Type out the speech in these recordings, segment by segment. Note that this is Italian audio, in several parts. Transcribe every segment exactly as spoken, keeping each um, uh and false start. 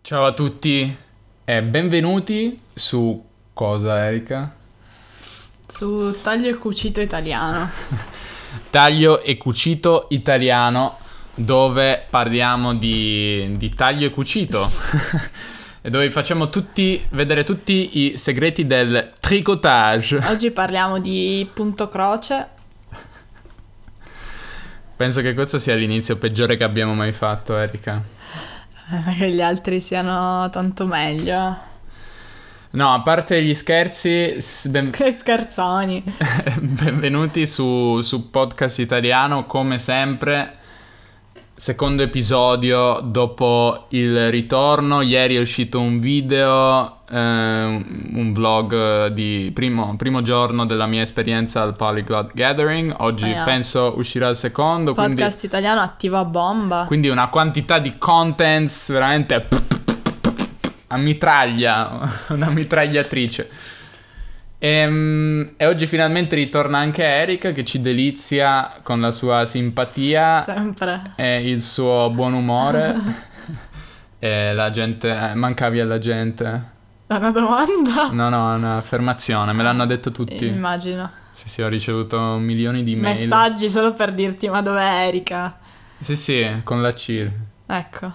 Ciao a tutti e benvenuti su cosa, Erika? Su taglio e cucito italiano. Taglio e cucito italiano, dove parliamo di, di taglio e cucito e dove facciamo tutti vedere tutti i segreti del tricotage. Oggi parliamo di punto croce. Penso che questo sia l'inizio peggiore che abbiamo mai fatto, Erika. Non è che gli altri siano tanto meglio. No, a parte gli scherzi, s- ben- Che scherzoni. benvenuti su, su Podcast Italiano, come sempre. Secondo episodio dopo il ritorno. Ieri è uscito un video, eh, un vlog di primo, primo giorno della mia esperienza al Polyglot Gathering. Oggi Oh, yeah. penso uscirà il secondo. Quindi, Podcast italiano attiva a bomba. quindi una quantità di contents veramente a mitraglia, una mitragliatrice. E, e oggi finalmente ritorna anche Erika, che ci delizia con la sua simpatia Sempre. e il suo buon umore. E la gente, eh, mancavi alla gente. È una domanda? No, no, è un'affermazione, me l'hanno detto tutti. Immagino. Sì, sì, ho ricevuto milioni di mail. Messaggi solo per dirti ma dov'è Erika? Sì, sì, con la C. Ecco.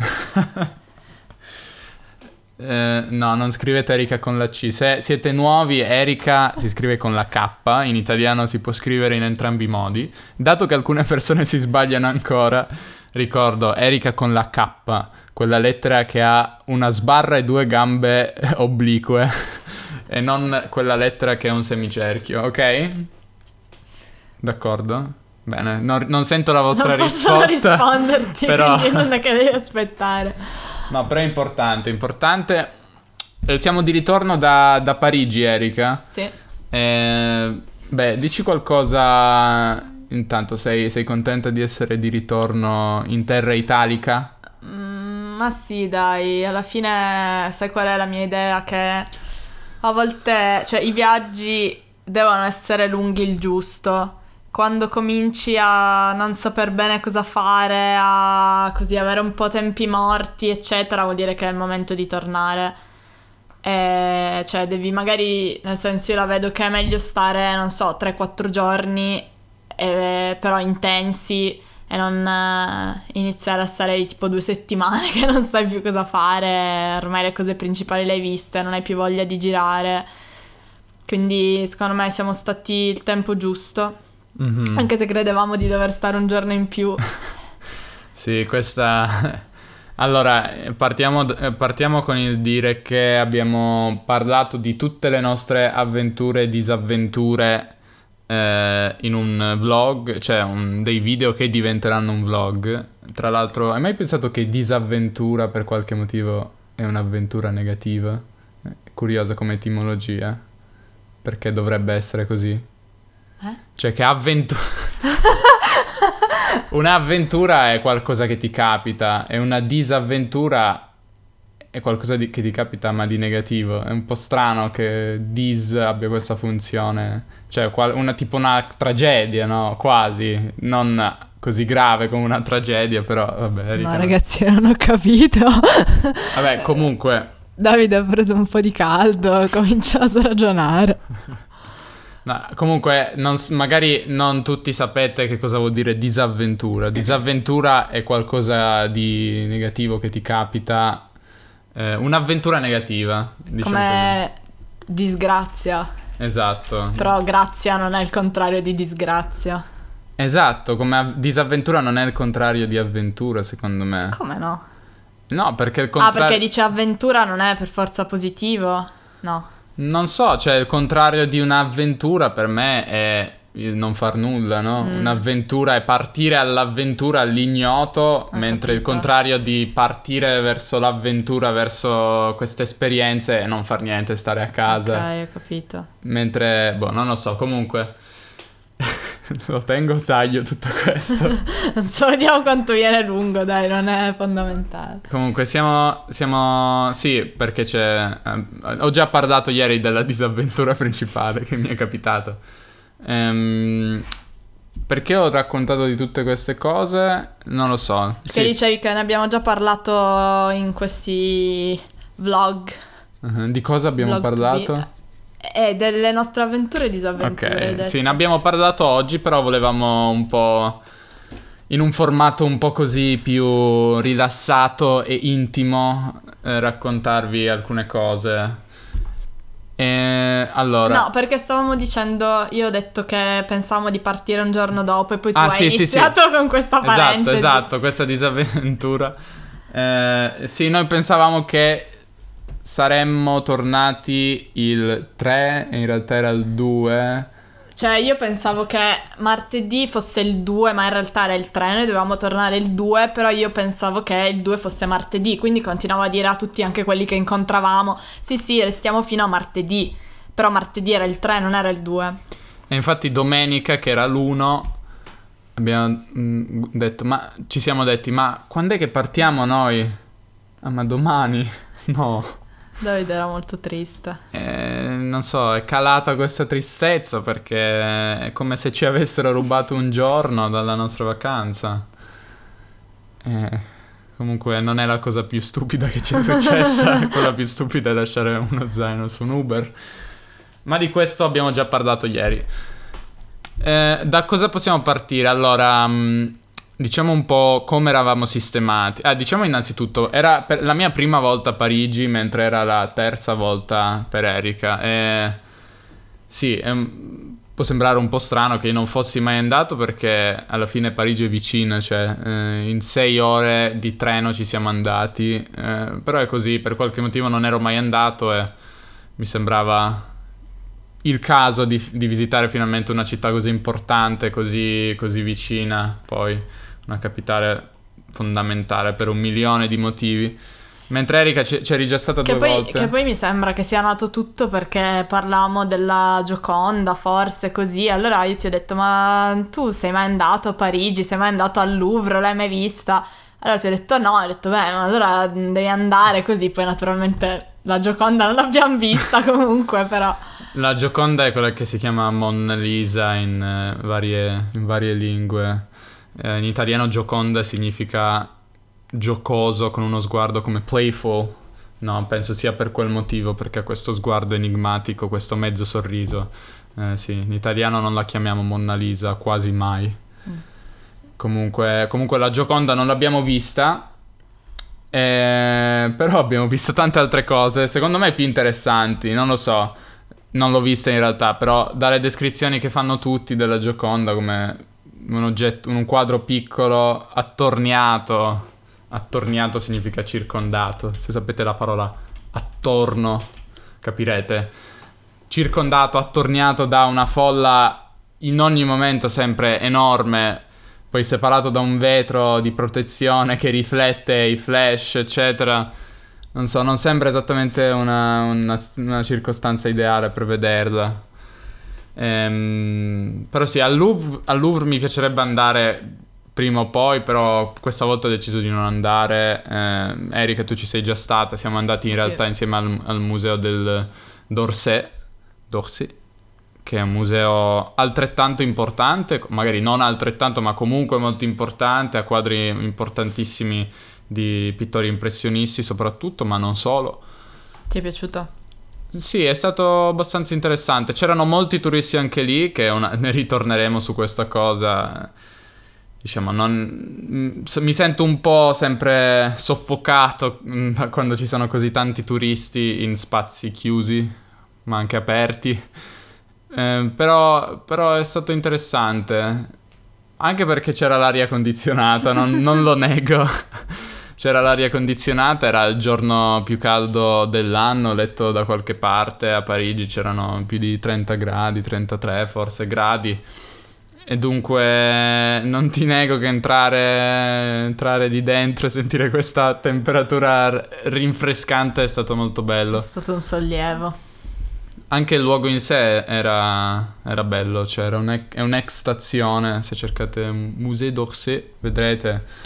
Eh, no, non scrivete Erika con la C. Se siete nuovi, Erika si scrive con la K. In italiano si può scrivere in entrambi i modi. Dato che alcune persone si sbagliano ancora, ricordo Erika con la K, quella lettera che ha una sbarra e due gambe oblique, e non quella lettera che è un semicerchio, ok? D'accordo? Bene, non, non sento la vostra Non posso risposta. risponderti, però... quindi non è che devi aspettare. No, però è importante, importante. Eh, siamo di ritorno da, da Parigi, Erika. Sì. Eh, beh, dici qualcosa. Intanto, sei, sei contenta di essere di ritorno in terra italica? Mm, ma sì, dai, alla fine sai qual è la mia idea? Che a volte, cioè, i viaggi devono essere lunghi il giusto. Quando cominci a non saper bene cosa fare, a così avere un po' tempi morti, eccetera, vuol dire che è il momento di tornare. E, cioè, devi magari, nel senso, io la vedo che è meglio stare, non so, tre quattro giorni, eh, però intensi, e non eh, iniziare a stare lì tipo due settimane che non sai più cosa fare, ormai le cose principali le hai viste, non hai più voglia di girare. Quindi, secondo me, siamo stati il tempo giusto. Mhm. Anche se credevamo di dover stare un giorno in più. Sì, questa... Allora, eh, partiamo, d- eh, partiamo con il dire che abbiamo parlato di tutte le nostre avventure e disavventure eh, in un vlog, cioè un- dei video che diventeranno un vlog. Tra l'altro, hai mai pensato che disavventura per qualche motivo è un'avventura negativa? È curiosa come etimologia. Perché dovrebbe essere così? Eh? Cioè che avventura... Un'avventura è qualcosa che ti capita e una disavventura è qualcosa di- che ti capita ma di negativo. È un po' strano che dis abbia questa funzione. Cioè qual- una, tipo una tragedia, no? Quasi. Non così grave come una tragedia, però vabbè. No, Erika- ragazzi, non ho capito. Vabbè, comunque... Davide ha preso un po' di caldo, ha cominciato a ragionare. No, comunque, non s- magari non tutti sapete che cosa vuol dire disavventura. Disavventura è qualcosa di negativo che ti capita, eh, un'avventura negativa, diciamo Come disgrazia. così. Esatto. Però grazia non è il contrario di disgrazia. Esatto, come av- disavventura non è il contrario di avventura, secondo me. Come no? No, perché il Ah, contrario... perché dice avventura non è per forza positivo? No. Non so, cioè il contrario di un'avventura per me è il non far nulla, no? Mm. Un'avventura è partire all'avventura, all'ignoto, Ho mentre il capito. contrario di partire verso l'avventura, verso queste esperienze è non far niente, stare a casa. Ok, ho capito. Mentre, boh, non lo so, comunque lo tengo taglio tutto questo. Non so, vediamo quanto viene lungo, dai, non è fondamentale. Comunque siamo, siamo, sì, perché c'è, eh, ho già parlato ieri della disavventura principale che mi è capitato. Ehm, Perché ho raccontato di tutte queste cose? Non lo so. Perché Sì. dicevi che ne abbiamo già parlato in questi vlog. Uh-huh. Di cosa abbiamo vlog to parlato? be. Eh, delle nostre avventure e disavventure. hai Ok, detto. sì, ne abbiamo parlato oggi, però volevamo un po' in un formato un po' così più rilassato e intimo eh, raccontarvi alcune cose. E allora, No, perché stavamo dicendo, io ho detto che pensavamo di partire un giorno dopo e poi tu Ah, hai sì, sì, sì. iniziato con questa esatto, parentesi. esatto, questa disavventura. Eh, sì, noi pensavamo che saremmo tornati il tre e in realtà era il due. Cioè, io pensavo che martedì fosse il due, ma in realtà era il tre, noi dovevamo tornare il due, però io pensavo che il due fosse martedì, quindi continuavo a dire a tutti, anche quelli che incontravamo, sì sì, restiamo fino a martedì, però martedì era il tre, non era il due. E infatti domenica, che era l'uno, abbiamo mm, detto, ma ci siamo detti, ma quando è che partiamo noi? Ah, ma domani? No. Davide era molto triste. Eh, non so, è calata questa tristezza perché è come se ci avessero rubato un giorno dalla nostra vacanza. Eh, comunque non è la cosa più stupida che ci è successa, quella più stupida è lasciare uno zaino su un Uber. Ma di questo abbiamo già parlato ieri. Eh, da cosa possiamo partire? Allora, mh, diciamo un po' come eravamo sistemati. Ah, diciamo innanzitutto, era per la mia prima volta a Parigi, mentre era la terza volta per Erika. E sì, è un- può sembrare un po' strano che io non fossi mai andato perché alla fine Parigi è vicina, cioè eh, in sei ore di treno ci siamo andati. Eh, però è così, per qualche motivo non ero mai andato e mi sembrava il caso di, di visitare finalmente una città così importante, così, così vicina, poi una capitale fondamentale per un milione di motivi. Mentre Erika c- c'eri già stata Che due poi, volte. che poi mi sembra che sia nato tutto perché parlavamo della Gioconda, forse così. Allora io ti ho detto, ma tu sei mai andato a Parigi? Sei mai andato al Louvre? L'hai mai vista? Allora ti ho detto no, ho detto beh, ma allora devi andare così. Poi naturalmente la Gioconda non l'abbiamo vista comunque, però... La Gioconda è quella che si chiama Mona Lisa in, eh, varie, in varie lingue. Eh, in italiano Gioconda significa giocoso, con uno sguardo come playful. No, penso sia per quel motivo, perché ha questo sguardo enigmatico, questo mezzo sorriso. Eh, sì, in italiano non la chiamiamo Mona Lisa, quasi mai. Mm. Comunque, comunque la Gioconda non l'abbiamo vista, eh, però abbiamo visto tante altre cose, secondo me più interessanti, non lo so. Non l'ho vista in realtà, però dalle descrizioni che fanno tutti della Gioconda come un oggetto, un quadro piccolo attorniato. Attorniato significa circondato. Se sapete la parola attorno, capirete. Circondato, attorniato da una folla in ogni momento sempre enorme, poi separato da un vetro di protezione che riflette i flash, eccetera. Non so, non sembra esattamente una, una, una circostanza ideale per vederla. Ehm, però sì, al Louvre, al Louvre mi piacerebbe andare prima o poi, però questa volta ho deciso di non andare. Ehm, Erika, tu ci sei già stata, siamo andati in Sì. realtà insieme al, al museo del d'Orsay, d'Orsay, che è un museo altrettanto importante, magari non altrettanto, ma comunque molto importante, ha quadri importantissimi di pittori impressionisti soprattutto, ma non solo. Ti è piaciuto? Sì, è stato abbastanza interessante. C'erano molti turisti anche lì, che una... ne ritorneremo su questa cosa. Diciamo, non... mi sento un po' sempre soffocato mh, quando ci sono così tanti turisti in spazi chiusi, ma anche aperti. Eh, però, però è stato interessante. Anche perché c'era l'aria condizionata, non, non lo nego. C'era l'aria condizionata, era il giorno più caldo dell'anno, ho letto da qualche parte, a Parigi c'erano più di trenta gradi, trentatré forse gradi. E dunque non ti nego che entrare, entrare di dentro e sentire questa temperatura r- rinfrescante è stato molto È bello. stato un sollievo. Anche il luogo in sé era, era bello, cioè era un, è un'ex stazione, se cercate Musée d'Orsay vedrete,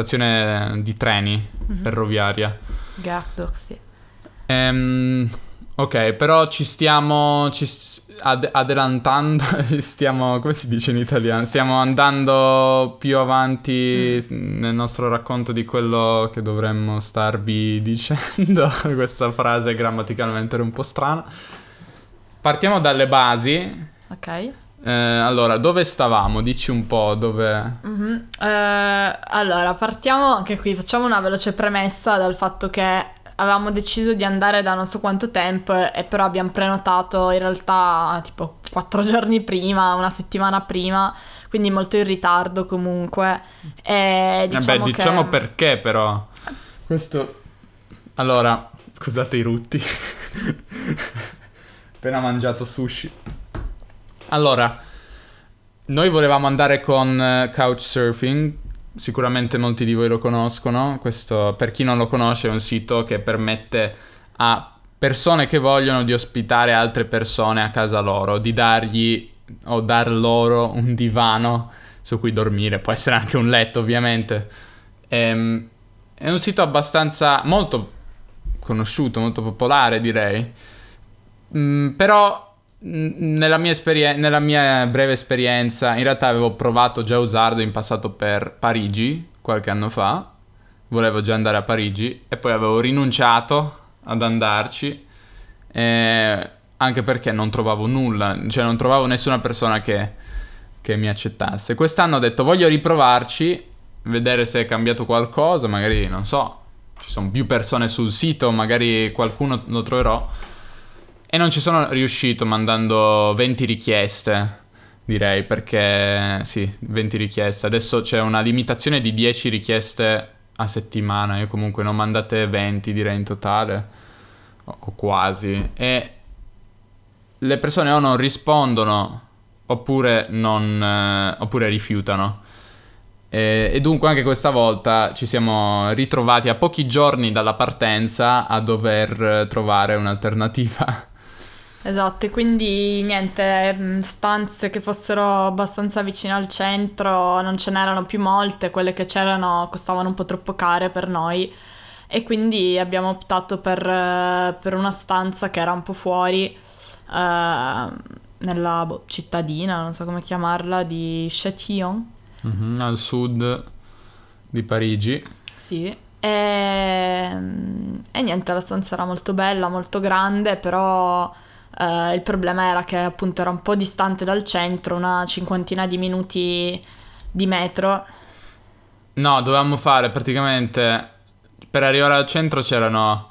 stazione di treni, Mhm. ferroviaria. Gare d'Orsay. Ehm, Ok, però ci stiamo ci s- ad- adelantando, stiamo, come si dice in italiano? Stiamo andando più avanti Mm. nel nostro racconto di quello che dovremmo starvi dicendo. Questa frase grammaticalmente era un po' strana. Partiamo dalle basi. Ok. Eh, allora, dove stavamo? Dici un po' dove... Mhm. Eh, allora, partiamo anche qui, facciamo una veloce premessa dal fatto che avevamo deciso di andare da non so quanto tempo e però abbiamo prenotato in realtà tipo quattro giorni prima, una settimana prima, quindi molto in ritardo comunque. E Vabbè, diciamo diciamo che... perché però. Questo... Allora, scusate i rutti. Appena mangiato sushi. Allora, noi volevamo andare con eh, Couchsurfing, sicuramente molti di voi lo conoscono, questo per chi non lo conosce è un sito che permette a persone che vogliono di ospitare altre persone a casa loro, di dargli o dar loro un divano su cui dormire, può essere anche un letto ovviamente. Ehm, è un sito abbastanza molto conosciuto, molto popolare direi. Mm, però mm, nella mia esperien- nella mia breve esperienza, in realtà avevo provato già a usarlo in passato per Parigi, qualche anno fa. Volevo già andare a Parigi e poi avevo rinunciato ad andarci, eh, anche perché non trovavo nulla, cioè non trovavo nessuna persona che, che mi accettasse. Quest'anno ho detto voglio riprovarci, vedere se è cambiato qualcosa, magari non so, ci sono più persone sul sito, magari qualcuno lo troverò. E non ci sono riuscito mandando venti richieste, direi, perché sì, venti richieste. Adesso c'è una limitazione di dieci richieste a settimana, io comunque ne ho mandate venti direi in totale, o, o quasi. E le persone o non rispondono oppure, non, eh, oppure rifiutano. E, e dunque anche questa volta ci siamo ritrovati a pochi giorni dalla partenza a dover eh, trovare un'alternativa. Esatto, e quindi niente, mh, stanze che fossero abbastanza vicine al centro non ce n'erano più molte, quelle che c'erano costavano un po' troppo care per noi e quindi abbiamo optato per, eh, per una stanza che era un po' fuori, eh, nella boh, cittadina, non so come chiamarla, di Châtillon. Mhm, al sud di Parigi. Sì, e, e niente, la stanza era molto bella, molto grande, però eh, il problema era che appunto era un po' distante dal centro, una cinquantina di minuti di metro. No, dovevamo fare praticamente per arrivare al centro c'erano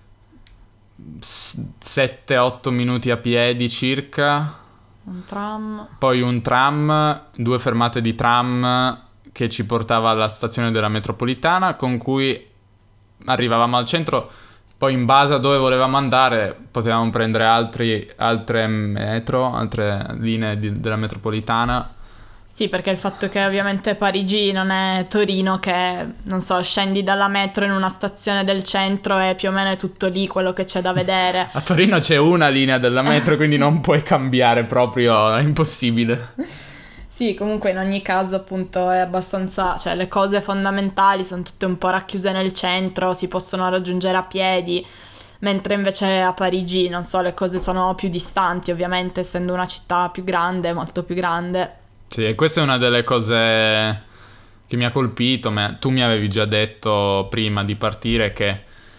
sette otto minuti a piedi circa, Un tram. poi un tram, due fermate di tram che ci portava alla stazione della metropolitana con cui arrivavamo al centro, poi in base a dove volevamo andare potevamo prendere altri, altre metro, altre linee di- della metropolitana. Sì, perché il fatto che ovviamente Parigi non è Torino, che non so, scendi dalla metro in una stazione del centro e più o meno è tutto lì quello che c'è da vedere. A Torino c'è una linea della metro, quindi non puoi cambiare proprio, è impossibile. Sì, comunque in ogni caso appunto è abbastanza, cioè le cose fondamentali sono tutte un po' racchiuse nel centro, si possono raggiungere a piedi, mentre invece a Parigi, non so, le cose sono più distanti, ovviamente essendo una città più grande, molto più grande. Sì, e questa è una delle cose che mi ha colpito, ma tu mi avevi già detto prima di partire che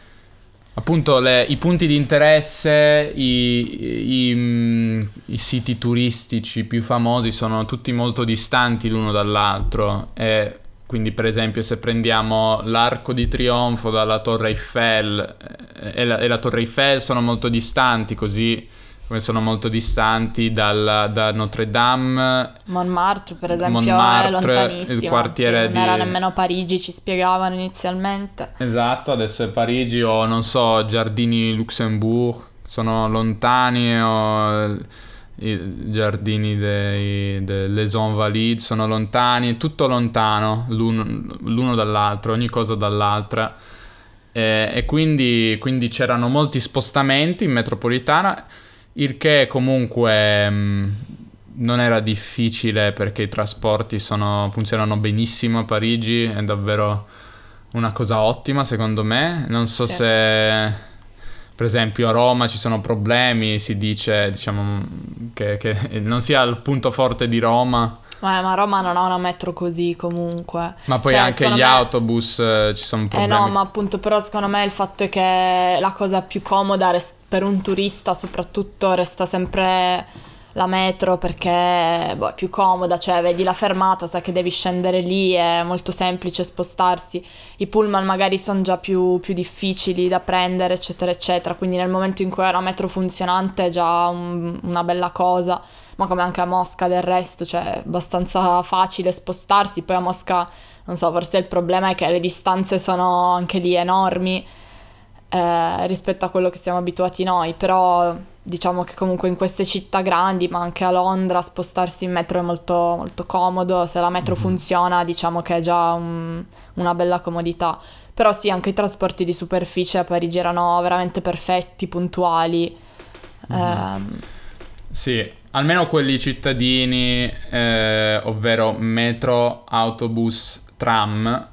appunto le- i punti di interesse, i, i- mm, i siti turistici più famosi sono tutti molto distanti l'uno dall'altro e quindi per esempio se prendiamo l'Arco di Trionfo dalla Torre Eiffel eh, e la, e la Torre Eiffel sono molto distanti, così come sono molto distanti dal- da Notre Dame. Montmartre, per esempio, è Montmartre, lontanissimo, il quartiere anzi, non era di- nemmeno Parigi, ci spiegavano inizialmente. Esatto, adesso è Parigi o non so, Giardini Luxembourg, sono lontani o i giardini dei, delle Invalides sono lontani, è tutto lontano l'uno, l'uno dall'altro, ogni cosa dall'altra. E, e quindi, quindi c'erano molti spostamenti in metropolitana, il che comunque mh, non era difficile perché i trasporti sono, funzionano benissimo a Parigi, è davvero una cosa ottima secondo me. Non so Sì. se per esempio a Roma ci sono problemi, si dice, diciamo, che, che non sia il punto forte di Roma. Eh, ma Roma non ha una metro così comunque. Ma poi Cioè, anche gli me... autobus eh, ci sono problemi. Eh no, ma appunto però secondo me il fatto è che la cosa più comoda rest- per un turista soprattutto resta sempre la metro, perché boh, è più comoda, cioè vedi la fermata, sai che devi scendere lì, è molto semplice spostarsi. I pullman magari sono già più, più difficili da prendere, eccetera eccetera, quindi nel momento in cui hai una metro funzionante è già un- una bella cosa. Ma come anche a Mosca del resto, cioè è abbastanza facile spostarsi. Poi a Mosca, non so, forse il problema è che le distanze sono anche lì enormi eh, rispetto a quello che siamo abituati noi, però diciamo che comunque in queste città grandi, ma anche a Londra, spostarsi in metro è molto, molto comodo. Se la metro mm-hmm. funziona, diciamo che è già un, una bella comodità. Però sì, anche i trasporti di superficie a Parigi erano veramente perfetti, puntuali. Mm-hmm. Ehm, Sì, almeno quelli cittadini, eh, ovvero metro, autobus, tram,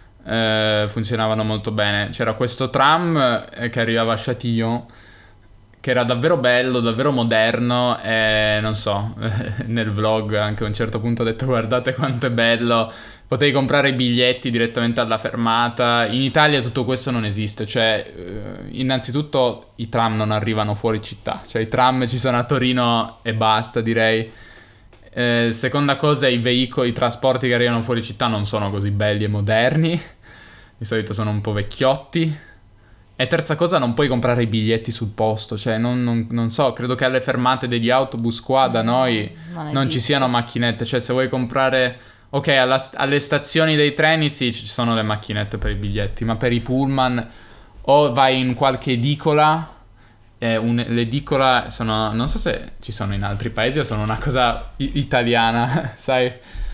eh, funzionavano molto bene. C'era questo tram eh, che arrivava a Châtillon, che era davvero bello, davvero moderno, e non so, nel vlog anche a un certo punto ho detto guardate quanto è bello, potevi comprare i biglietti direttamente alla fermata. In Italia tutto questo non esiste, cioè eh, innanzitutto i tram non arrivano fuori città, cioè i tram ci sono a Torino e basta, direi. Eh, seconda cosa, i veicoli, i trasporti che arrivano fuori città non sono così belli e moderni, di solito sono un po' vecchiotti. E terza cosa, non puoi comprare i biglietti sul posto, cioè non, non, non so, credo che alle fermate degli autobus qua da noi non, non ci siano macchinette, cioè se vuoi comprare, ok, alla, alle stazioni dei treni sì ci sono le macchinette per i biglietti, ma per i pullman o vai in qualche edicola, eh, un, l'edicola sono, non so se ci sono in altri paesi o sono una cosa i- italiana, sai?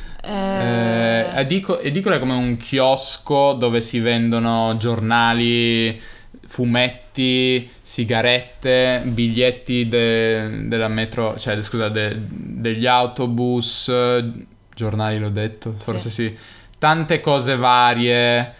Eh, edico, edicola è come un chiosco dove si vendono giornali, fumetti, sigarette, biglietti de, della metro, cioè scusa, de, degli autobus, giornali l'ho detto, forse sì, sì. Tante cose varie.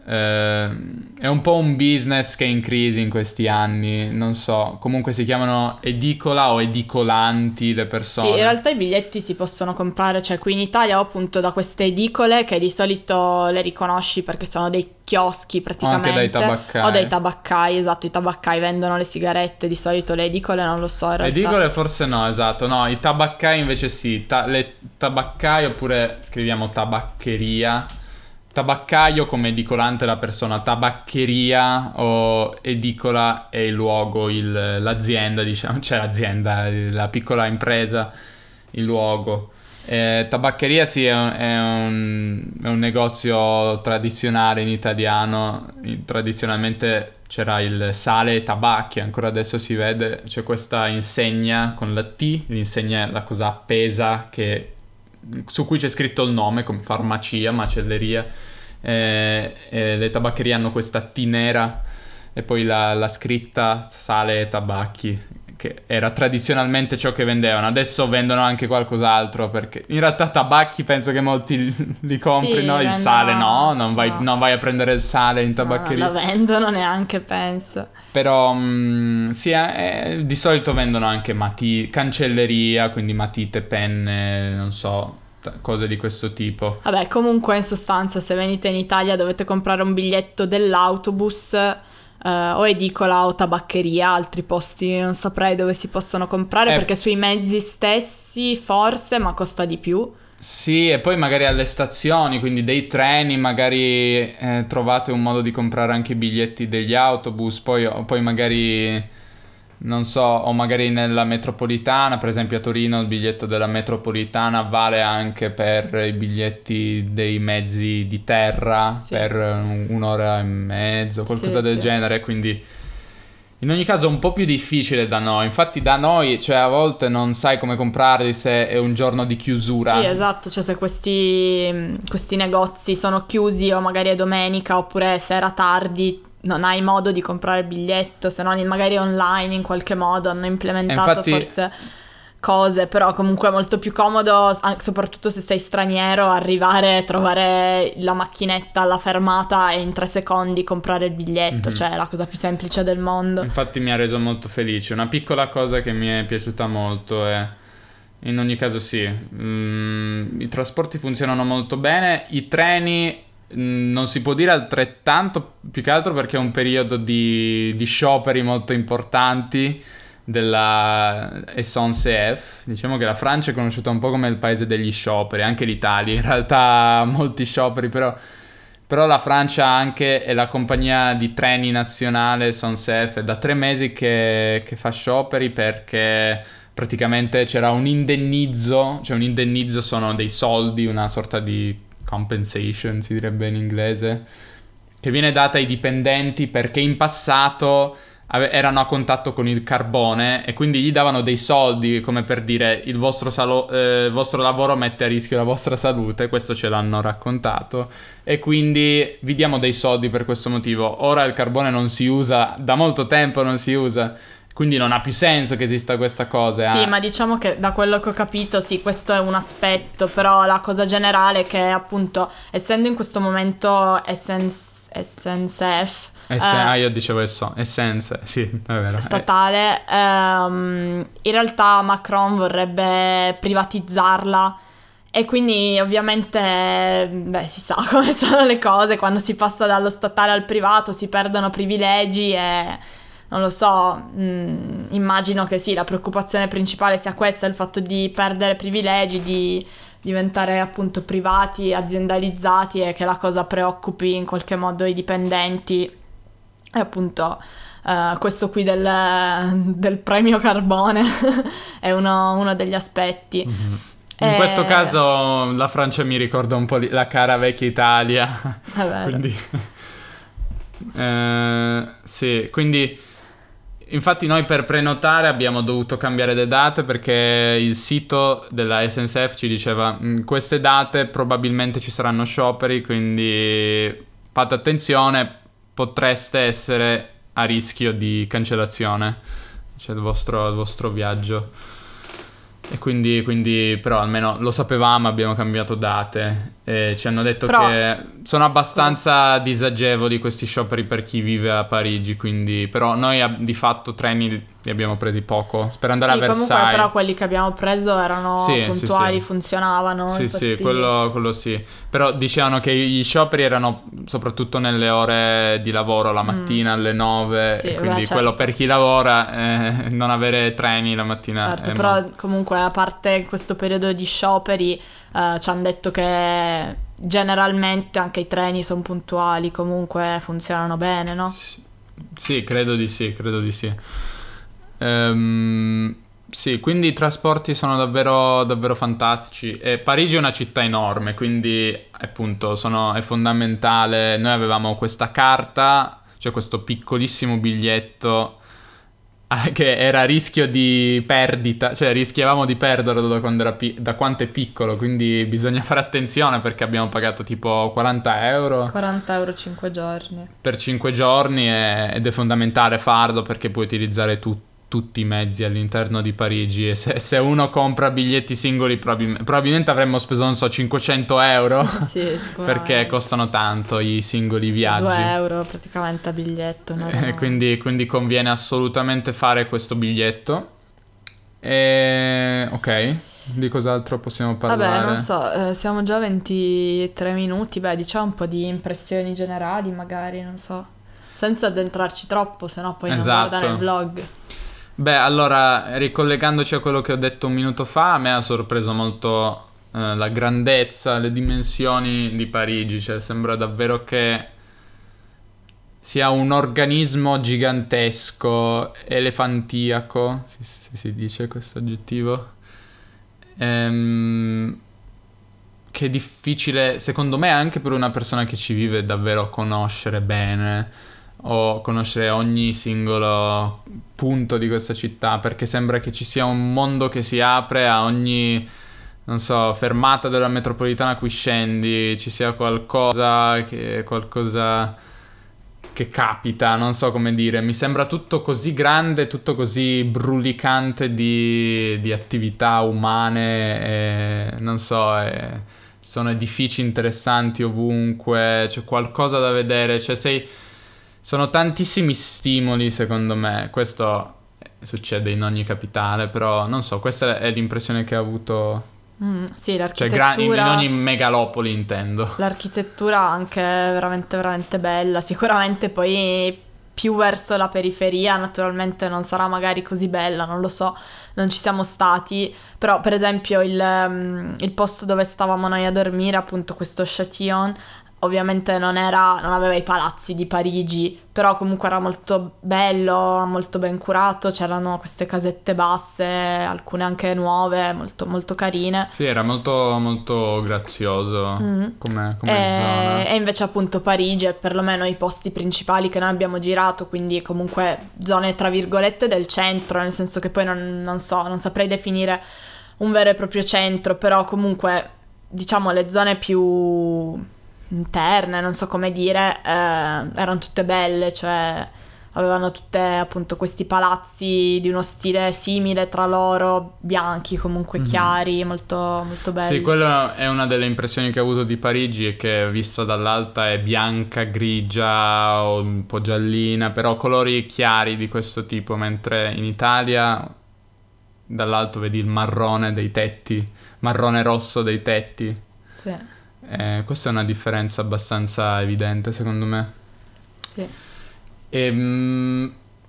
Eh, è un po' un business che è in crisi in questi anni, non so, comunque si chiamano edicola o edicolanti le persone. Sì, in realtà i biglietti si possono comprare, cioè qui in Italia ho appunto da queste edicole che di solito le riconosci perché sono dei chioschi praticamente. O anche dai tabaccai. O dai tabaccai, esatto, i tabaccai vendono le sigarette, di solito le edicole non lo so in realtà. Edicole forse no, esatto, no, i tabaccai invece sì, ta- le tabaccai oppure scriviamo tabaccheria. Tabaccaio come edicolante la persona, tabaccheria o edicola è il luogo, il, l'azienda, diciamo, cioè l'azienda, la piccola impresa, il luogo. Eh, tabaccheria sì, è un, è, un, è un negozio tradizionale in italiano, tradizionalmente c'era il sale e tabacchi, ancora adesso si vede, c'è questa insegna con la T, l'insegna è la cosa appesa che... su cui c'è scritto il nome come farmacia, macelleria, eh, e le tabaccherie hanno questa T nera e poi la, la scritta sale e tabacchi, che era tradizionalmente ciò che vendevano. Adesso vendono anche qualcos'altro, perché in realtà tabacchi penso che molti li comprino, sì, il sale no, non vai, no. non vai a prendere il sale in tabaccheria. No, non lo vendono neanche, penso. Però mh, sì, eh, di solito vendono anche mati- cancelleria, quindi matite, penne, non so, t- cose di questo tipo. Vabbè, comunque in sostanza se venite in Italia dovete comprare un biglietto dell'autobus eh, o edicola o tabaccheria, altri posti non saprei dove si possono comprare eh, perché sui mezzi stessi forse, ma costa di più. Sì, e poi magari alle stazioni, quindi dei treni, magari eh, trovate un modo di comprare anche i biglietti degli autobus, poi, poi magari, non so, o magari nella metropolitana, per esempio a Torino il biglietto della metropolitana vale anche per i biglietti dei mezzi di terra, sì. per un'ora e mezzo, qualcosa sì, del sì. genere, quindi... In ogni caso è un po' più difficile da noi, infatti da noi, cioè a volte non sai come comprarli se è un giorno di chiusura. Sì, esatto, cioè se questi, questi negozi sono chiusi o magari è domenica oppure sera tardi non hai modo di comprare il biglietto, se non magari online in qualche modo hanno implementato infatti... forse cose, però comunque è molto più comodo, an- soprattutto se sei straniero, arrivare, trovare la macchinetta alla fermata e in tre secondi comprare il biglietto, Mhm. cioè è la cosa più semplice del mondo. Infatti mi ha reso molto felice. Una piccola cosa che mi è piaciuta molto è, in ogni caso sì, mm, i trasporti funzionano molto bene, i treni mm, non si può dire altrettanto, più che altro perché è un periodo di, di scioperi molto importanti della S N C F. Diciamo che la Francia è conosciuta un po' come il paese degli scioperi, anche l'Italia in realtà ha molti scioperi, però però la Francia anche è la compagnia di treni nazionale S N C F, è da tre mesi che, che fa scioperi perché praticamente c'era un indennizzo, cioè un indennizzo sono dei soldi, una sorta di compensation si direbbe in inglese, che viene data ai dipendenti perché in passato ave- erano a contatto con il carbone e quindi gli davano dei soldi come per dire il vostro, salo- eh, il vostro lavoro mette a rischio la vostra salute, questo ce l'hanno raccontato e quindi vi diamo dei soldi per questo motivo. Ora il carbone non si usa, da molto tempo non si usa, quindi non ha più senso che esista questa cosa. Sì, eh. ma diciamo che da quello che ho capito, sì, questo è un aspetto, però la cosa generale è che appunto, essendo in questo momento S N C F Essen- eh, ah, io dicevo eso- essenze, sì, è vero. statale, ehm, in realtà Macron vorrebbe privatizzarla e quindi ovviamente, beh, si sa come sono le cose, quando si passa dallo statale al privato si perdono privilegi e non lo so, mh, immagino che sì, la preoccupazione principale sia questa, il fatto di perdere privilegi, di diventare appunto privati, aziendalizzati e che la cosa preoccupi in qualche modo i dipendenti. E appunto eh, questo qui del, del premio carbone è uno, uno degli aspetti. Mhm. In Eh, questo caso la Francia mi ricorda un po' li- la cara vecchia Italia, È vero. quindi eh, sì, quindi infatti noi per prenotare abbiamo dovuto cambiare le date perché il sito della S N C F ci diceva "Mm, queste date probabilmente ci saranno scioperi, quindi fate attenzione, potreste essere a rischio di cancellazione, cioè il vostro, il vostro viaggio. E quindi, quindi però almeno lo sapevamo, abbiamo cambiato date e ci hanno detto Però- che sono abbastanza disagevoli questi scioperi per chi vive a Parigi, quindi però noi ab- di fatto treni li abbiamo presi poco per andare sì, a Versailles. comunque però quelli che abbiamo preso erano Sì, puntuali, sì, sì. funzionavano. Sì, sì, infatti- quello, quello sì. Però dicevano che gli scioperi erano soprattutto nelle ore di lavoro, la mattina alle nove, Mm. Sì, e quindi beh, quello certo. per chi lavora, eh, non avere treni la mattina. Certo, è però molto- comunque a parte questo periodo di scioperi eh, ci hanno detto che generalmente anche i treni sono puntuali, comunque funzionano bene, no? Sì, sì, credo di sì, credo di sì. Ehm, sì, quindi i trasporti sono davvero, davvero fantastici. E Parigi è una città enorme, quindi appunto sono- è fondamentale. Noi avevamo questa carta, cioè questo piccolissimo biglietto ah, che era a rischio di perdita, cioè rischiavamo di perderlo da quando era pi- da quanto è piccolo, quindi bisogna fare attenzione perché abbiamo pagato tipo quaranta euro quaranta euro cinque giorni. per cinque giorni e- ed è fondamentale farlo perché puoi utilizzare tu- tutti i mezzi all'interno di Parigi e se, se uno compra biglietti singoli probabil- probabilmente avremmo speso, non so, cinquecento euro Sì, sicuramente. perché costano tanto i singoli Sì, viaggi. due euro praticamente a biglietto. No? Eh, quindi, quindi conviene assolutamente fare questo biglietto. E ok, di cos'altro possiamo parlare? Vabbè, non so, eh, siamo già a ventitré minuti, beh, diciamo un po' di impressioni generali magari, non so. Senza addentrarci troppo, sennò poi non Esatto. guardare il vlog. Beh, allora, ricollegandoci a quello che ho detto un minuto fa, a me ha sorpreso molto eh, la grandezza, le dimensioni di Parigi, cioè sembra davvero che sia un organismo gigantesco, elefantiaco, se si, si dice questo aggettivo, ehm, che è difficile, secondo me, anche per una persona che ci vive davvero conoscere bene o conoscere ogni singolo punto di questa città, perché sembra che ci sia un mondo che si apre a ogni, non so, fermata della metropolitana a cui scendi, ci sia qualcosa che qualcosa che capita, non so come dire, mi sembra tutto così grande, tutto così brulicante di, di attività umane, e, non so, e, ci sono edifici interessanti ovunque, c'è qualcosa da vedere, cioè sei, sono tantissimi stimoli secondo me, questo succede in ogni capitale, però non so, questa è l'impressione che ho avuto. Mm, sì, Cioè, gra- in, in l'architettura, ogni megalopoli intendo. l'architettura anche veramente veramente bella, sicuramente poi più verso la periferia naturalmente non sarà magari così bella, non lo so, non ci siamo stati, però per esempio il, mm, il posto dove stavamo noi a dormire, appunto questo Châtillon, ovviamente non era, non aveva i palazzi di Parigi, però comunque era molto bello, molto ben curato, c'erano queste casette basse, alcune anche nuove, molto, molto carine. Sì, era molto, molto grazioso Mm. come, come E, zona. e invece appunto Parigi è perlomeno i posti principali che noi abbiamo girato, quindi comunque zone tra virgolette del centro, nel senso che poi non, non so, non saprei definire un vero e proprio centro, però comunque diciamo le zone più interne, non so come dire, eh, erano tutte belle, cioè avevano tutte appunto questi palazzi di uno stile simile tra loro, bianchi comunque Mhm. chiari, molto, molto belli. Sì, quella è una delle impressioni che ho avuto di Parigi, è che vista dall'alta è bianca, grigia o un po' giallina, però colori chiari di questo tipo, mentre in Italia dall'alto vedi il marrone dei tetti, marrone rosso dei tetti. Sì, Eh, questa è una differenza abbastanza evidente secondo me. sì. E, mm,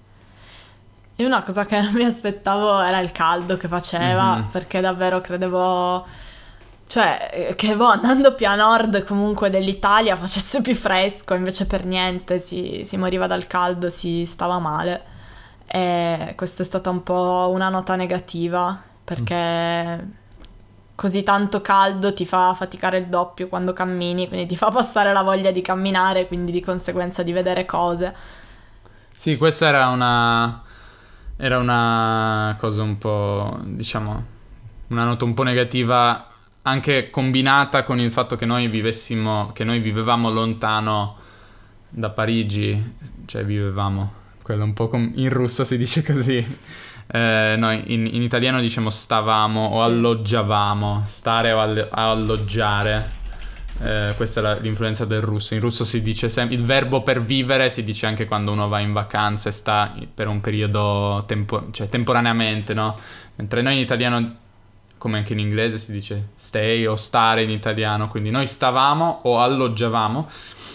E una cosa che non mi aspettavo era il caldo che faceva, Mhm. perché davvero credevo, cioè, eh, che boh, andando più a nord comunque dell'Italia facesse più fresco, invece per niente, si, si moriva dal caldo, si stava male. E questa è stata un po' una nota negativa, perché così tanto caldo ti fa faticare il doppio quando cammini, quindi ti fa passare la voglia di camminare, quindi di conseguenza di vedere cose. Sì, questa era una era una cosa un po', diciamo, una nota un po' negativa, anche combinata con il fatto che noi vivessimo, che noi vivevamo lontano da Parigi, cioè vivevamo, quello un po' com- in russo si dice così. Eh, noi in, in italiano diciamo stavamo o Sì. alloggiavamo, stare o all- alloggiare. Eh, questa è la- l'influenza del russo. In russo si dice sempre il verbo per vivere, si dice anche quando uno va in vacanza e sta per un periodo tempo- cioè temporaneamente, no? Mentre noi in italiano, come anche in inglese, si dice stay o stare in italiano, quindi noi stavamo o alloggiavamo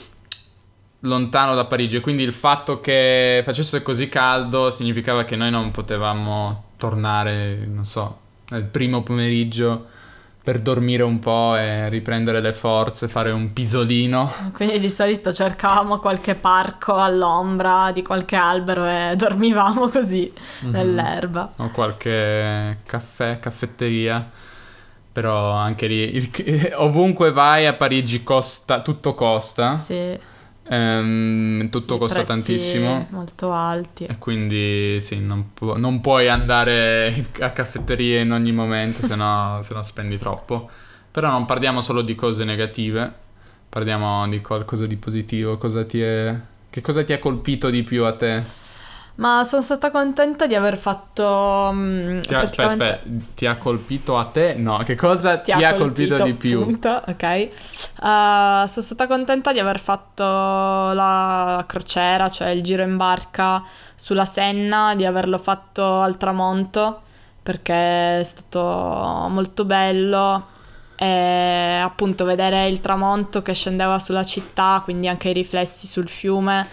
lontano da Parigi, e quindi il fatto che facesse così caldo significava che noi non potevamo tornare, non so, nel primo pomeriggio per dormire un po' e riprendere le forze, fare un pisolino. Quindi di solito cercavamo qualche parco all'ombra di qualche albero e dormivamo così Mhm. nell'erba. O qualche caffè, caffetteria. Però anche lì, il- ovunque vai a Parigi costa, tutto costa. Sì, Ehm, tutto sì, costa prezzi tantissimo. molto alti. E quindi sì, non, pu- non puoi andare a caffetterie in ogni momento, se no, se no spendi troppo. Però non parliamo solo di cose negative, parliamo di qualcosa di positivo. Cosa ti è... Che cosa ti ha colpito di più a te? Ma sono stata contenta di aver fatto mm, Ti ha, aspetta, praticamente... aspetta, ti ha colpito a te? No, che cosa ti, ha colpito, di più? Punto, ok. Eh, sono stata contenta di aver fatto la crociera, cioè il giro in barca sulla Senna, di averlo fatto al tramonto, perché è stato molto bello. E appunto vedere il tramonto che scendeva sulla città, quindi anche i riflessi sul fiume,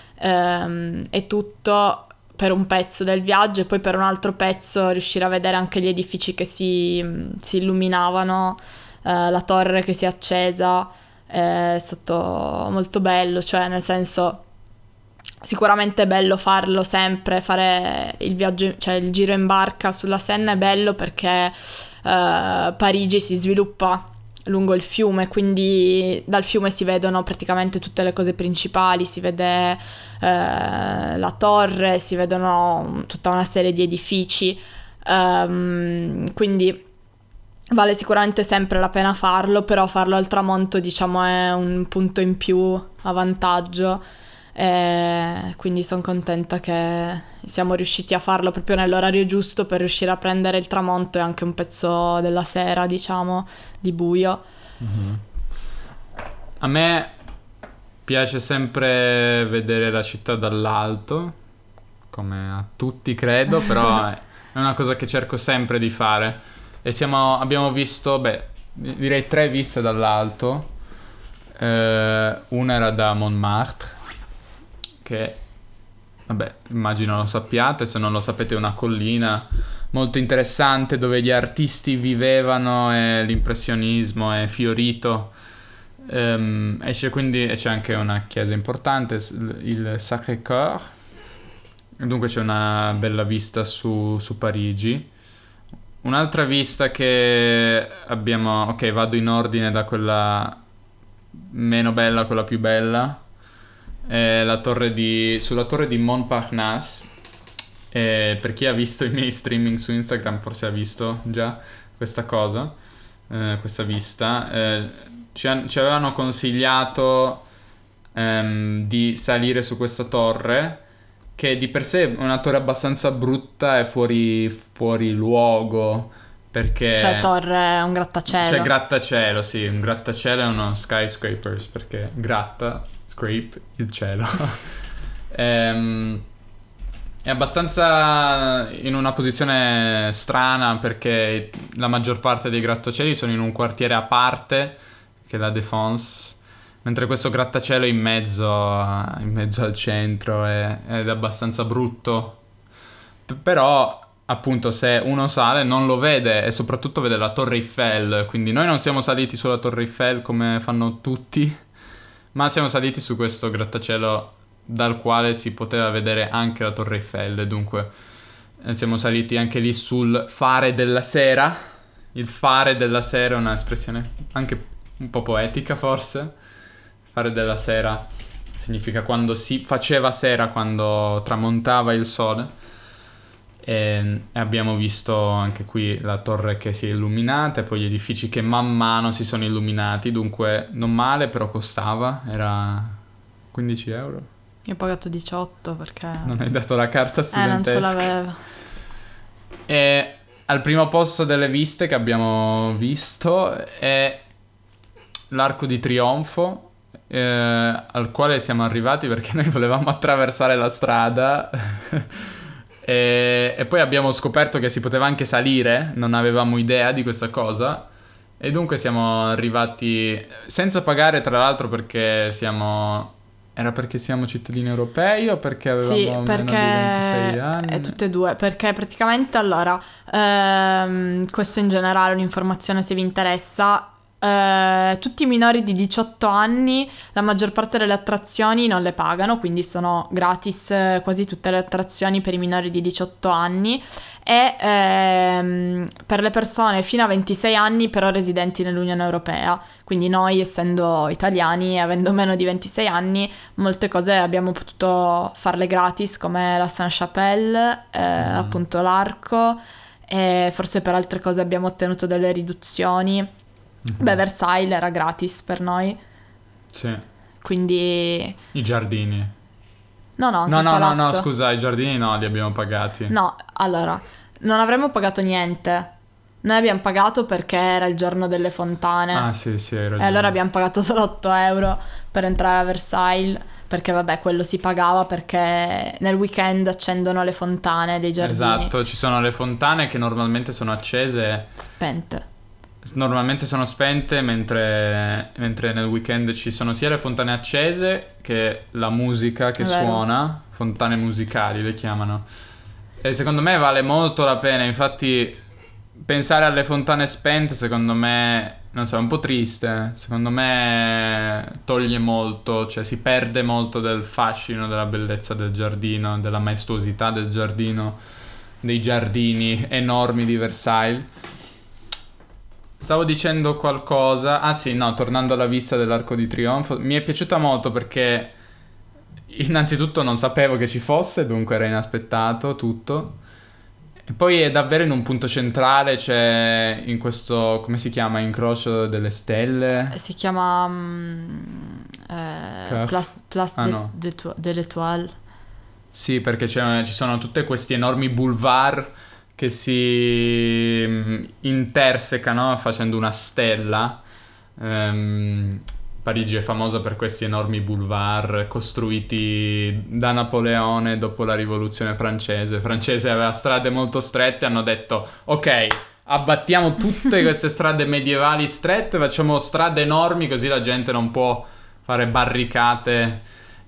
ehm, e tutto per un pezzo del viaggio, e poi per un altro pezzo riuscire a vedere anche gli edifici che si, si illuminavano, eh, la torre che si è accesa, è stato molto bello, cioè nel senso sicuramente è bello farlo sempre, fare il viaggio, cioè il giro in barca sulla Senna è bello perché eh, Parigi si sviluppa lungo il fiume, quindi dal fiume si vedono praticamente tutte le cose principali, si vede eh, la torre, si vedono tutta una serie di edifici, ehm, quindi vale sicuramente sempre la pena farlo, però farlo al tramonto diciamo è un punto in più a vantaggio. e quindi sono contenta che siamo riusciti a farlo proprio nell'orario giusto per riuscire a prendere il tramonto e anche un pezzo della sera, diciamo, di buio. Mm-hmm. A me piace sempre vedere la città dall'alto, come a tutti credo, però è una cosa che cerco sempre di fare. E siamo, abbiamo visto, beh, direi tre viste dall'alto. Eh, una era da Montmartre, che, vabbè, immagino lo sappiate, se non lo sapete è una collina molto interessante dove gli artisti vivevano e l'impressionismo è fiorito. Um, e c'è quindi e c'è anche una chiesa importante, il Sacré-Cœur, dunque c'è una bella vista su, su Parigi. Un'altra vista che abbiamo, ok, vado in ordine da quella meno bella a quella più bella, è la torre di, sulla torre di Montparnasse. E per chi ha visto i miei streaming su Instagram forse ha visto già questa cosa, eh, questa vista. Eh, ci, an- ci avevano consigliato ehm, di salire su questa torre, che di per sé è una torre abbastanza brutta e fuori, fuori luogo, perché... Cioè torre è un grattacielo. C'è grattacielo, sì, un grattacielo e uno skyscrapers, perché gratta, scrape, il cielo. ehm, è abbastanza in una posizione strana, perché la maggior parte dei grattacieli sono in un quartiere a parte, che è la Défense, mentre questo grattacielo è in mezzo, a- in mezzo al centro è- ed è abbastanza brutto. P- però, appunto, se uno sale non lo vede e soprattutto vede la Torre Eiffel, quindi noi non siamo saliti sulla Torre Eiffel come fanno tutti, ma siamo saliti su questo grattacielo dal quale si poteva vedere anche la Torre Eiffel, dunque eh, siamo saliti anche lì sul fare della sera. Il fare della sera è un'espressione anche un po' poetica forse. Fare della sera significa quando si faceva sera, quando tramontava il sole. E, e abbiamo visto anche qui la torre che si è illuminata e poi gli edifici che man mano si sono illuminati, dunque non male, però costava, era quindici euro. Io ho pagato diciotto perché... Non hai dato la carta Eh, non ce studentesca. l'aveva. E al primo posto delle viste che abbiamo visto è l'Arco di Trionfo, eh, al quale siamo arrivati perché noi volevamo attraversare la strada e, e poi abbiamo scoperto che si poteva anche salire, non avevamo idea di questa cosa e dunque siamo arrivati senza pagare, tra l'altro, perché siamo... Era perché siamo cittadini europei o perché avevamo Sì, meno perché di ventisei anni? è tutte e due, perché praticamente allora, ehm, questo in generale è un'informazione se vi interessa, eh, tutti i minori di diciotto anni, la maggior parte delle attrazioni non le pagano, quindi sono gratis eh, quasi tutte le attrazioni per i minori di diciotto anni e ehm, per le persone fino a ventisei anni però residenti nell'Unione Europea. Quindi noi, essendo italiani e avendo meno di ventisei anni, molte cose abbiamo potuto farle gratis, come la Sainte-Chapelle, eh, Mm. appunto l'arco, e forse per altre cose abbiamo ottenuto delle riduzioni. Mhm. Beh, Versailles era gratis per noi, Sì, quindi... i giardini. No, no, anche No, il no, no, no, palazzo. scusa, i giardini no, li abbiamo pagati. No, allora, non avremmo pagato niente. Noi abbiamo pagato perché era il giorno delle fontane. Ah, sì, sì, hai E ragione. allora abbiamo pagato solo otto euro per entrare a Versailles, perché vabbè, quello si pagava perché nel weekend accendono le fontane dei giardini. Esatto, ci sono le fontane che normalmente sono accese, Spente. normalmente sono spente, mentre, mentre nel weekend ci sono sia le fontane accese che la musica che È vero. suona, fontane musicali le chiamano. E secondo me vale molto la pena, infatti pensare alle fontane spente secondo me, non so, è un po' triste, secondo me toglie molto, cioè si perde molto del fascino, della bellezza del giardino, della maestuosità del giardino, dei giardini enormi di Versailles. Stavo dicendo qualcosa, ah sì, no, tornando alla vista dell'Arco di Trionfo, mi è piaciuta molto perché innanzitutto non sapevo che ci fosse, dunque era inaspettato tutto. E poi è davvero in un punto centrale, c'è in questo, come si chiama, incrocio delle stelle? Si chiama... mm, eh, Caf. Place, Place Ah, de, no. de, de l'Étoile. Sì, perché c'è- ci sono tutti questi enormi boulevard che si mm, intersecano facendo una stella. Ehm, Parigi è famosa per questi enormi boulevard costruiti da Napoleone dopo la rivoluzione francese. Il francese aveva strade molto strette, hanno detto ok, abbattiamo tutte queste strade medievali strette, facciamo strade enormi così la gente non può fare barricate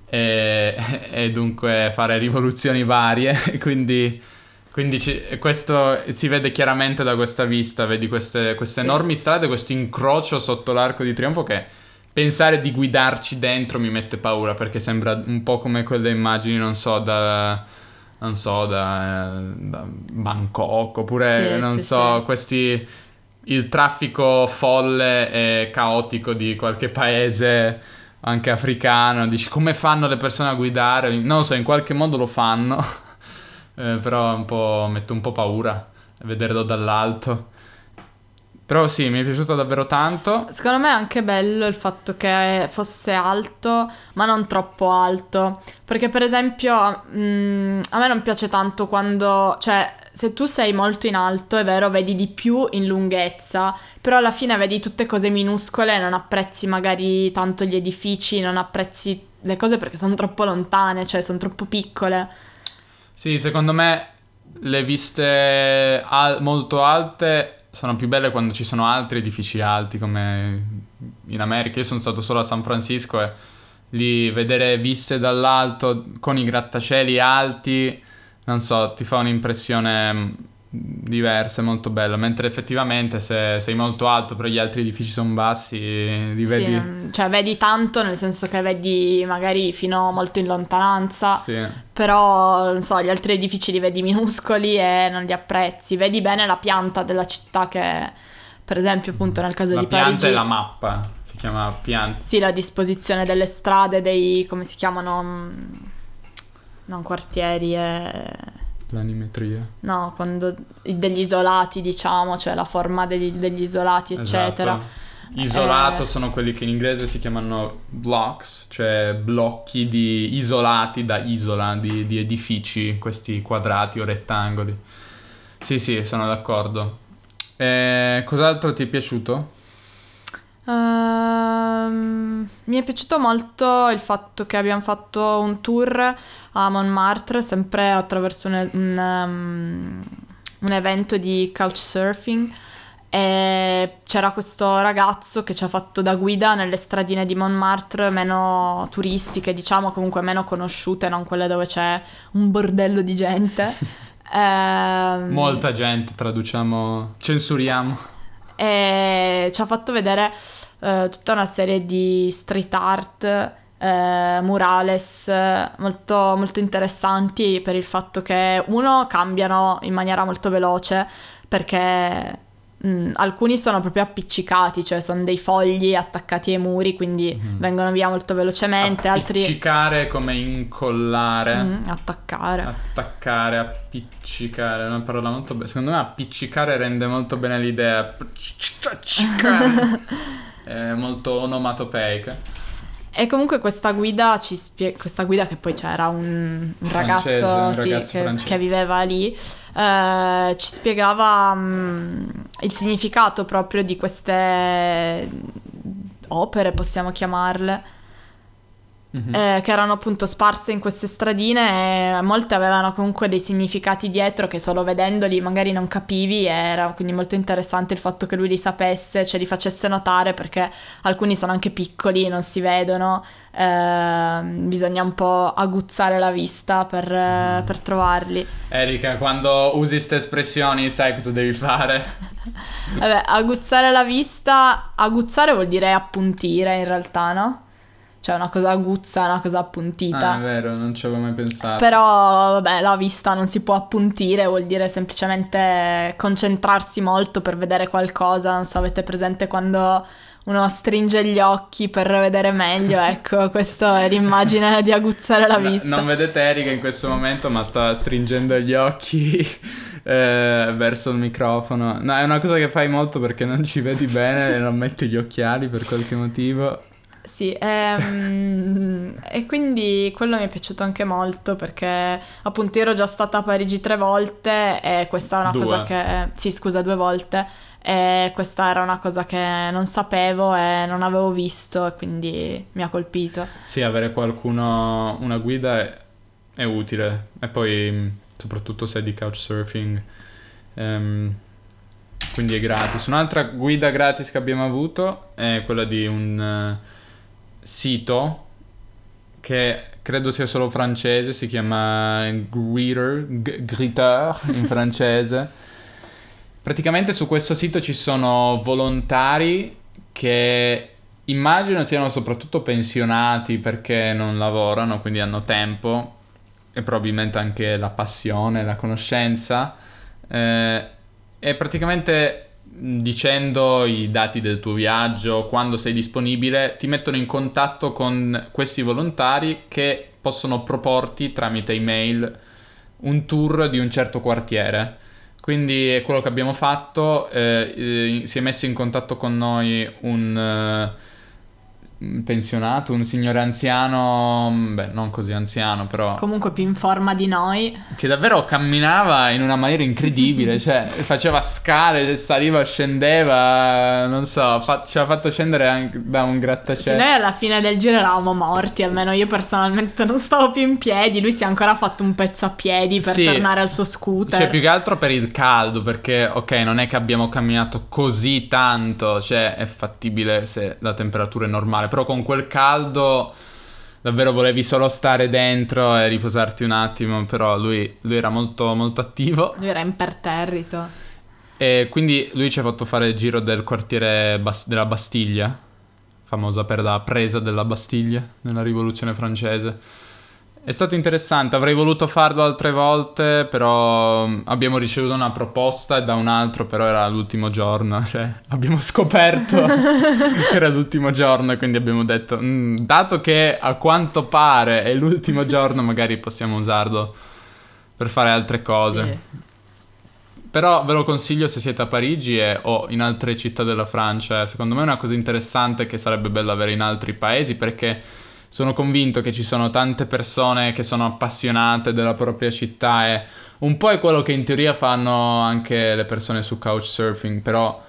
e, e dunque fare rivoluzioni varie. quindi quindi ci- questo si vede chiaramente da questa vista, vedi queste, queste Sì. enormi strade, questo incrocio sotto l'Arco di Trionfo che pensare di guidarci dentro mi mette paura perché sembra un po' come quelle immagini, non so, da, non so, da, da Bangkok oppure, Sì, non sì, so, sì. questi, il traffico folle e caotico di qualche paese anche africano. Dici come fanno le persone a guidare? Non lo so, in qualche modo lo fanno. Eh, però un po' mette un po' paura vederlo dall'alto. Però sì, mi è piaciuto davvero tanto. Secondo me è anche bello il fatto che fosse alto, ma non troppo alto. Perché, per esempio, mh, a me non piace tanto quando, cioè, se tu sei molto in alto, è vero, vedi di più in lunghezza, però alla fine vedi tutte cose minuscole e non apprezzi magari tanto gli edifici, non apprezzi le cose perché sono troppo lontane, cioè sono troppo piccole. Sì, secondo me le viste al- molto alte sono più belle quando ci sono altri edifici alti come in America. Io sono stato solo a San Francisco e lì vedere viste dall'alto con i grattacieli alti, non so, ti fa un'impressione mm, diversa, è molto bello. Mentre effettivamente se sei molto alto però gli altri edifici sono bassi, li Sì, vedi... non- cioè vedi tanto nel senso che vedi magari fino molto in lontananza, Sì. però non so, gli altri edifici li vedi minuscoli e non li apprezzi. Vedi bene la pianta della città che, per esempio, appunto nel caso La di pianta Parigi, è la mappa, si chiama pianta. sì, la disposizione delle strade, dei, come si chiamano, mm, non quartieri, eh, Planimetria. no, quando, degli isolati, diciamo, cioè la forma degli, degli isolati, eccetera. Esatto. Isolato Eh, sono quelli che in inglese si chiamano blocks, cioè blocchi di isolati da isola, di, di edifici, questi quadrati o rettangoli. Sì, sì, sono d'accordo. Eh, cos'altro ti è piaciuto? Ehm, mi è piaciuto molto il fatto che abbiamo fatto un tour a Montmartre, sempre attraverso un, un, um, un evento di couchsurfing. E c'era questo ragazzo che ci ha fatto da guida nelle stradine di Montmartre meno turistiche, diciamo, comunque meno conosciute, non quelle dove c'è un bordello di gente. Ehm, Molta gente, traduciamo, censuriamo. e ci ha fatto vedere eh, tutta una serie di street art, eh, murales eh, molto, molto interessanti per il fatto che uno cambiano in maniera molto veloce perché mh, alcuni sono proprio appiccicati, cioè sono dei fogli attaccati ai muri, quindi Mhm. vengono via molto velocemente, altri Appiccicare come incollare. mm, attaccare. Attaccare, appiccicare, è una parola molto bella. Secondo me appiccicare rende molto bene l'idea. Appiccicare. È molto onomatopeica. E comunque questa guida ci spie- questa guida che poi c'era un, un Francese, ragazzo, un sì, ragazzo che, francese. che viveva lì, eh, ci spiegava mm, il significato proprio di queste opere, possiamo chiamarle, Mhm. eh, che erano appunto sparse in queste stradine e molte avevano comunque dei significati dietro che solo vedendoli magari non capivi, e era quindi molto interessante il fatto che lui li sapesse, ce li facesse notare perché alcuni sono anche piccoli, non si vedono, ehm, bisogna un po' aguzzare la vista per, eh, per trovarli. Erika, quando usi queste espressioni sai cosa devi fare? Vabbè, aguzzare la vista, aguzzare vuol dire appuntire in realtà, no? Cioè una cosa aguzza, una cosa appuntita. Ah, è vero, non ci avevo mai pensato. Però, vabbè, la vista non si può appuntire, vuol dire semplicemente concentrarsi molto per vedere qualcosa. Non so, avete presente quando uno stringe gli occhi per vedere meglio? Ecco, questa è l'immagine di aguzzare la No, vista. non vedete Erika in questo momento, ma sta stringendo gli occhi eh, verso il microfono. No, è una cosa che fai molto perché non ci vedi bene e non metti gli occhiali per qualche motivo. sì, ehm, e quindi quello mi è piaciuto anche molto perché appunto io ero già stata a Parigi tre volte e questa è una Due. cosa che... Sì, scusa, due volte. E questa era una cosa che non sapevo e non avevo visto e quindi mi ha colpito. Sì, avere qualcuno, una guida è, è utile. E poi, mh, soprattutto se è di couchsurfing, ehm, quindi è gratis. Un'altra guida gratis che abbiamo avuto è quella di un eh, sito che credo sia solo francese, si chiama Greeter, G- Greeter in francese. Praticamente su questo sito ci sono volontari che immagino siano soprattutto pensionati perché non lavorano, quindi hanno tempo e probabilmente anche la passione, la conoscenza. Eh, e praticamente mh, dicendo i dati del tuo viaggio, quando sei disponibile, ti mettono in contatto con questi volontari che possono proporti tramite email un tour di un certo quartiere. Quindi è quello che abbiamo fatto, eh, eh, si è messo in contatto con noi un, eh, un pensionato, un signore anziano, beh non così anziano però, Comunque più in forma di noi. che davvero camminava in una maniera incredibile, cioè faceva scale, saliva, scendeva, non so, fa- ci ha fatto scendere anche da un Sì, grattacielo. noi alla fine del giro eravamo morti, almeno io personalmente non stavo più in piedi, lui si è ancora fatto un pezzo a piedi per Sì. tornare al suo scooter. Cioè, più che altro per il caldo, perché, ok, non è che abbiamo camminato così tanto, cioè, è fattibile se la temperatura è normale, però con quel caldo davvero volevi solo stare dentro e riposarti un attimo, però lui, lui era molto, molto attivo. Lui era imperterrito. E quindi lui ci ha fatto fare il giro del quartiere Bas- della Bastiglia, famosa per la presa della Bastiglia nella rivoluzione francese. È stato interessante, avrei voluto farlo altre volte, però mm, abbiamo ricevuto una proposta da un altro, però era l'ultimo giorno, cioè abbiamo scoperto che era l'ultimo giorno e quindi abbiamo detto, "Mm, dato che a quanto pare è l'ultimo giorno, magari possiamo usarlo per fare altre cose." Sì. Però ve lo consiglio se siete a Parigi e, o in altre città della Francia. Secondo me è una cosa interessante che sarebbe bello avere in altri paesi perché sono convinto che ci sono tante persone che sono appassionate della propria città e un po' è quello che in teoria fanno anche le persone su couchsurfing, però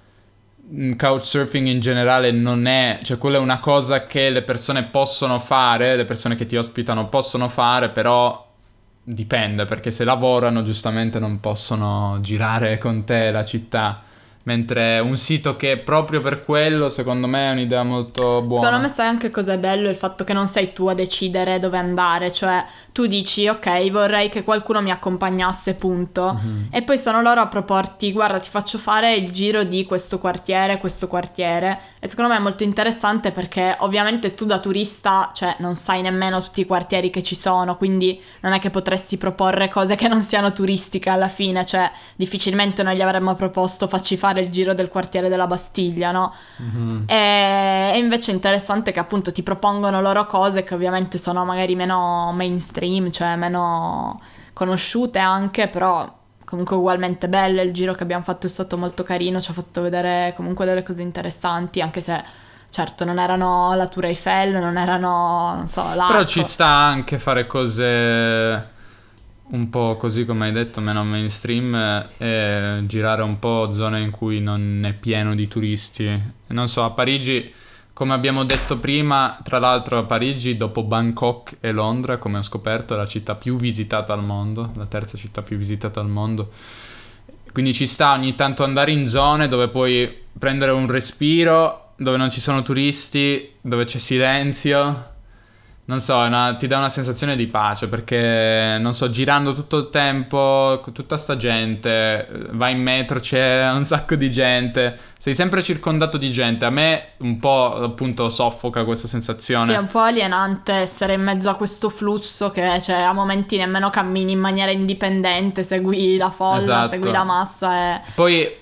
mm, couchsurfing in generale non è, cioè quella è una cosa che le persone possono fare, le persone che ti ospitano possono fare, però dipende, perché se lavorano giustamente non possono girare con te la città, mentre un sito che proprio per quello secondo me è un'idea molto buona. Secondo me sai anche cos'è bello? Il fatto che non sei tu a decidere dove andare, cioè tu dici ok, vorrei che qualcuno mi accompagnasse, punto, Mhm. e poi sono loro a proporti, guarda, ti faccio fare il giro di questo quartiere, questo quartiere, e secondo me è molto interessante perché ovviamente tu da turista, cioè non sai nemmeno tutti i quartieri che ci sono, quindi non è che potresti proporre cose che non siano turistiche alla fine, cioè difficilmente noi gli avremmo proposto facci fare il giro del quartiere della Bastiglia, no? Mhm. E, e invece è interessante che appunto ti propongono loro cose che ovviamente sono magari meno mainstream, cioè meno conosciute anche, però comunque ugualmente belle. Il giro che abbiamo fatto è stato molto carino, ci ha fatto vedere comunque delle cose interessanti, anche se certo non erano la Tour Eiffel, non erano, non so, l'arco. Però ci sta anche fare cose un po' così come hai detto, meno mainstream, eh, e girare un po' zone in cui non è pieno di turisti. Non so, a Parigi, come abbiamo detto prima, tra l'altro a Parigi dopo Bangkok e Londra, come ho scoperto, è la città più visitata al mondo, la terza città più visitata al mondo. Quindi ci sta ogni tanto andare in zone dove puoi prendere un respiro, dove non ci sono turisti, dove c'è silenzio. Non so, è una- ti dà una sensazione di pace perché, non so, girando tutto il tempo, con tutta sta gente, eh, vai in metro, c'è un sacco di gente, sei sempre circondato di gente. A me un po' appunto soffoca questa sensazione. Sì, è un po' alienante essere in mezzo a questo flusso che, cioè, a momenti nemmeno cammini in maniera indipendente, segui la folla, Esatto. segui la massa e... Poi eh,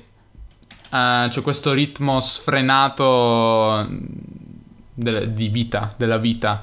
c'è questo ritmo sfrenato del- di vita, della vita.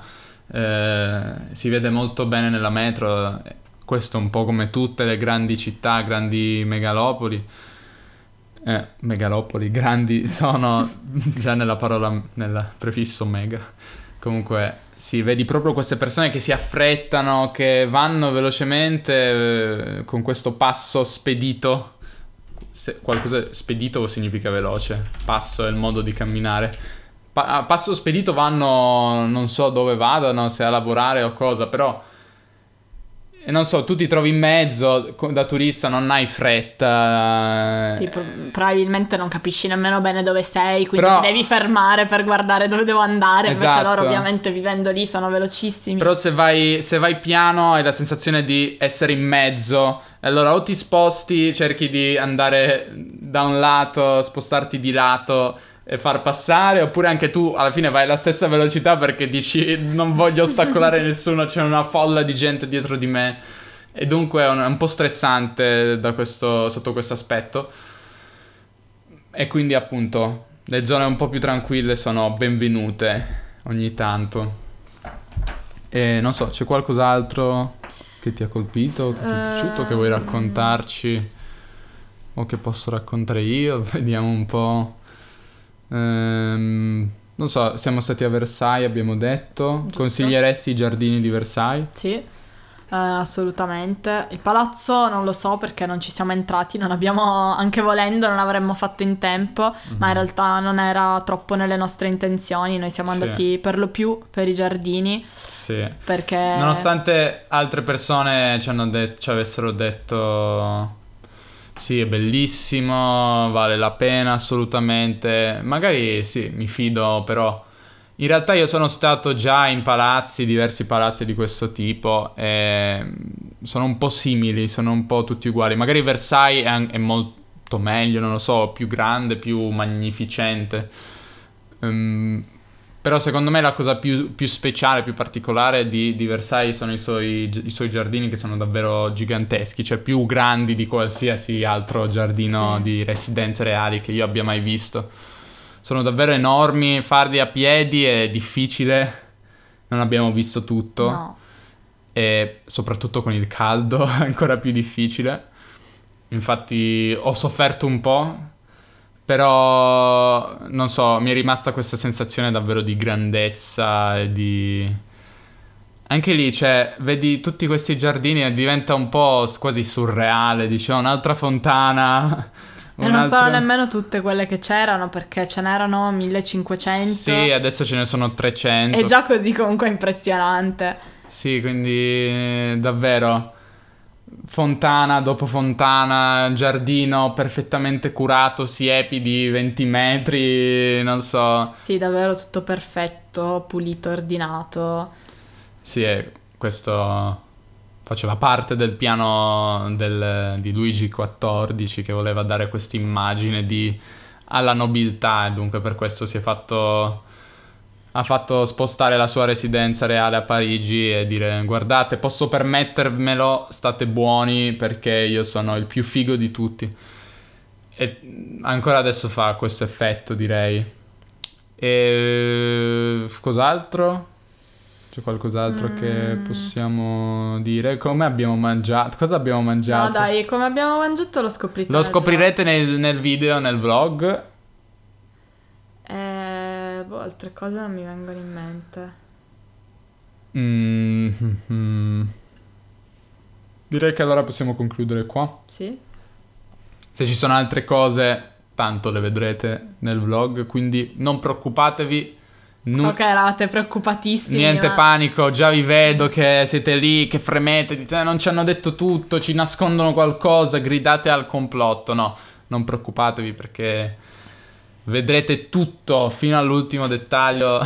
Eh, si vede molto bene nella metro, questo un po' come tutte le grandi città, grandi megalopoli. Eh, megalopoli, grandi, sono già nella parola, nel prefisso mega. Comunque, sì, vedi proprio queste persone che si affrettano, che vanno velocemente eh, con questo passo spedito. Se, qualcosa spedito significa veloce, passo è il modo di camminare. Pa- a passo spedito vanno, non so dove vadano, se a lavorare o cosa, però... E non so, tu ti trovi in mezzo, da turista non hai fretta. Sì, pro- probabilmente non capisci nemmeno bene dove sei, quindi Però- ti devi fermare per guardare dove devo andare. Invece Esatto. loro ovviamente vivendo lì sono velocissimi. Però se vai, se vai piano hai la sensazione di essere in mezzo. Allora o ti sposti, cerchi di andare da un lato, spostarti di lato e far passare, oppure anche tu alla fine vai alla stessa velocità perché dici non voglio ostacolare nessuno, c'è una folla di gente dietro di me. E dunque è un, è un po' stressante da questo, sotto questo aspetto. E quindi appunto le zone un po' più tranquille sono benvenute ogni tanto. E non so, c'è qualcos'altro che ti ha colpito, che ti è piaciuto, che vuoi raccontarci o che posso raccontare io? Vediamo un po'. Ehm, non so, siamo stati a Versailles, abbiamo detto. Giusto. Consiglieresti i giardini di Versailles? Sì, eh, assolutamente. Il palazzo non lo so perché non ci siamo entrati, non abbiamo, anche volendo, non l'avremmo fatto in tempo, Mm-hmm. ma in realtà non era troppo nelle nostre intenzioni. Noi siamo Sì. andati per lo più per i giardini Sì. perché... Nonostante altre persone ci, hanno det- ci avessero detto sì, è bellissimo, vale la pena assolutamente, magari sì, mi fido, però in realtà io sono stato già in palazzi, diversi palazzi di questo tipo, e sono un po' simili, sono un po' tutti uguali. Magari Versailles è, an- è molto meglio, non lo so, più grande, più magnificente. Ehm, Però secondo me la cosa più, più speciale, più particolare di, di Versailles sono i suoi, i suoi giardini, che sono davvero giganteschi, cioè più grandi di qualsiasi altro giardino Sì. di residenze reali che io abbia mai visto. Sono davvero enormi, farli a piedi è difficile, non abbiamo visto tutto, No. e soprattutto con il caldo è ancora più difficile. Infatti ho sofferto un po'. Però, non so, mi è rimasta questa sensazione davvero di grandezza e di... Anche lì, cioè, vedi tutti questi giardini e diventa un po' quasi surreale, dicevo, un'altra fontana... E non sono nemmeno tutte quelle che c'erano, perché ce n'erano millecinquecento. Sì, adesso ce ne sono trecento. E già così comunque è impressionante. Sì, quindi davvero... Fontana dopo fontana, giardino perfettamente curato, siepi di venti metri, non so. Sì, davvero tutto perfetto, pulito, ordinato. Sì, e questo faceva parte del piano del- di Luigi quattordici, che voleva dare questa immagine di alla nobiltà, e dunque per questo si è fatto ha fatto spostare la sua residenza reale a Parigi e dire: guardate, posso permettermelo, state buoni perché io sono il più figo di tutti. E ancora adesso fa questo effetto, direi. E cos'altro? C'è qualcos'altro Mm. che possiamo dire? Come abbiamo mangiato? Cosa abbiamo mangiato? No, dai, come abbiamo mangiato lo scoprite. Lo nel scoprirete nel, nel video, nel vlog. vlog. Eh, boh, altre cose non mi vengono in mente. Mm-hmm. Direi che allora possiamo concludere qua. Sì? Se ci sono altre cose, tanto le vedrete nel vlog, quindi non preoccupatevi. Nu- So che erate preoccupatissimi. Niente ma... panico, già vi vedo che siete lì, che fremete, dite: "Eh, non ci hanno detto tutto, ci nascondono qualcosa", gridate al complotto. No, non preoccupatevi perché vedrete tutto fino all'ultimo dettaglio.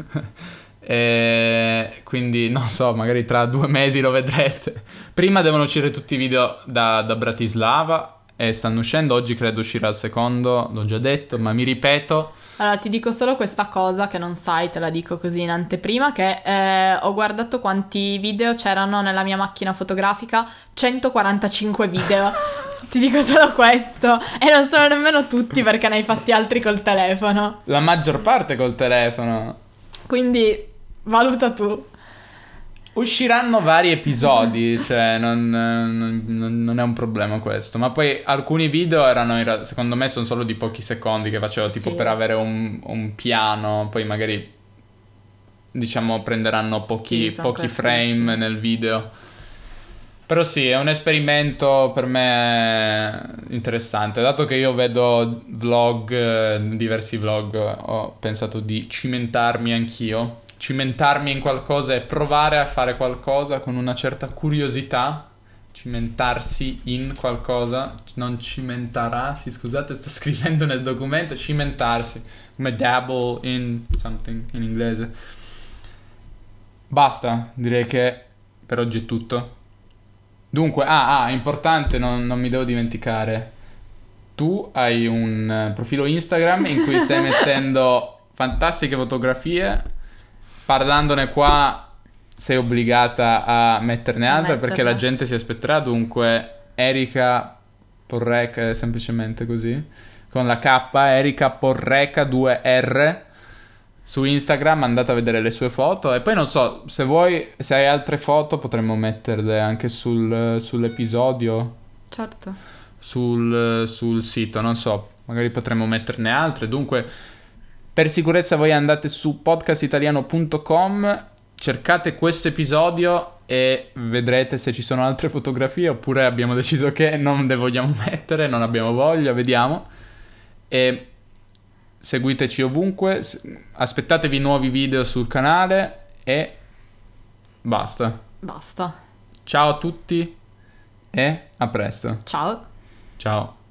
E quindi non so, magari tra due mesi lo vedrete. Prima devono uscire tutti i video da, da Bratislava e stanno uscendo. Oggi credo uscirà il secondo, l'ho già detto, ma mi ripeto. Allora, ti dico solo questa cosa che non sai, te la dico così in anteprima, che eh, ho guardato quanti video c'erano nella mia macchina fotografica, centoquarantacinque video. Ti dico solo questo. E non sono nemmeno tutti perché ne hai fatti altri col telefono. La maggior parte col telefono. Quindi valuta tu. Usciranno vari episodi, cioè non, non- non- non è un problema questo. Ma poi alcuni video erano, in ra- secondo me, sono solo di pochi secondi che facevo tipo Sì. per avere un, un piano, poi magari diciamo prenderanno pochi, Sì, sono pochi cortissimi. frame nel video. Però sì, è un esperimento per me interessante. Dato che io vedo vlog, eh, diversi vlog, ho pensato di cimentarmi anch'io. Cimentarmi in qualcosa e provare a fare qualcosa con una certa curiosità. Cimentarsi in qualcosa, non cimentarsi, scusate, sto scrivendo nel documento, cimentarsi, come dabble in something in inglese. Basta, direi che per oggi è tutto. Dunque, ah, ah, importante, non, non mi devo dimenticare. Tu hai un eh, profilo Instagram in cui stai mettendo fantastiche fotografie. Parlandone qua sei obbligata a metterne A altre perché la metterle. gente si aspetterà. Dunque, Erika Porreca è semplicemente così. Con la K, Erika Porreca due R. Su Instagram andate a vedere le sue foto e poi non so, se vuoi, se hai altre foto potremmo metterle anche sul, sull'episodio, Certo. sul, sul sito, non so, magari potremmo metterne altre. Dunque, per sicurezza voi andate su podcast italiano punto com, cercate questo episodio e vedrete se ci sono altre fotografie oppure abbiamo deciso che non le vogliamo mettere, non abbiamo voglia, vediamo. E seguiteci ovunque, s- aspettatevi nuovi video sul canale e basta. Basta. Ciao a tutti e a presto. Ciao. Ciao.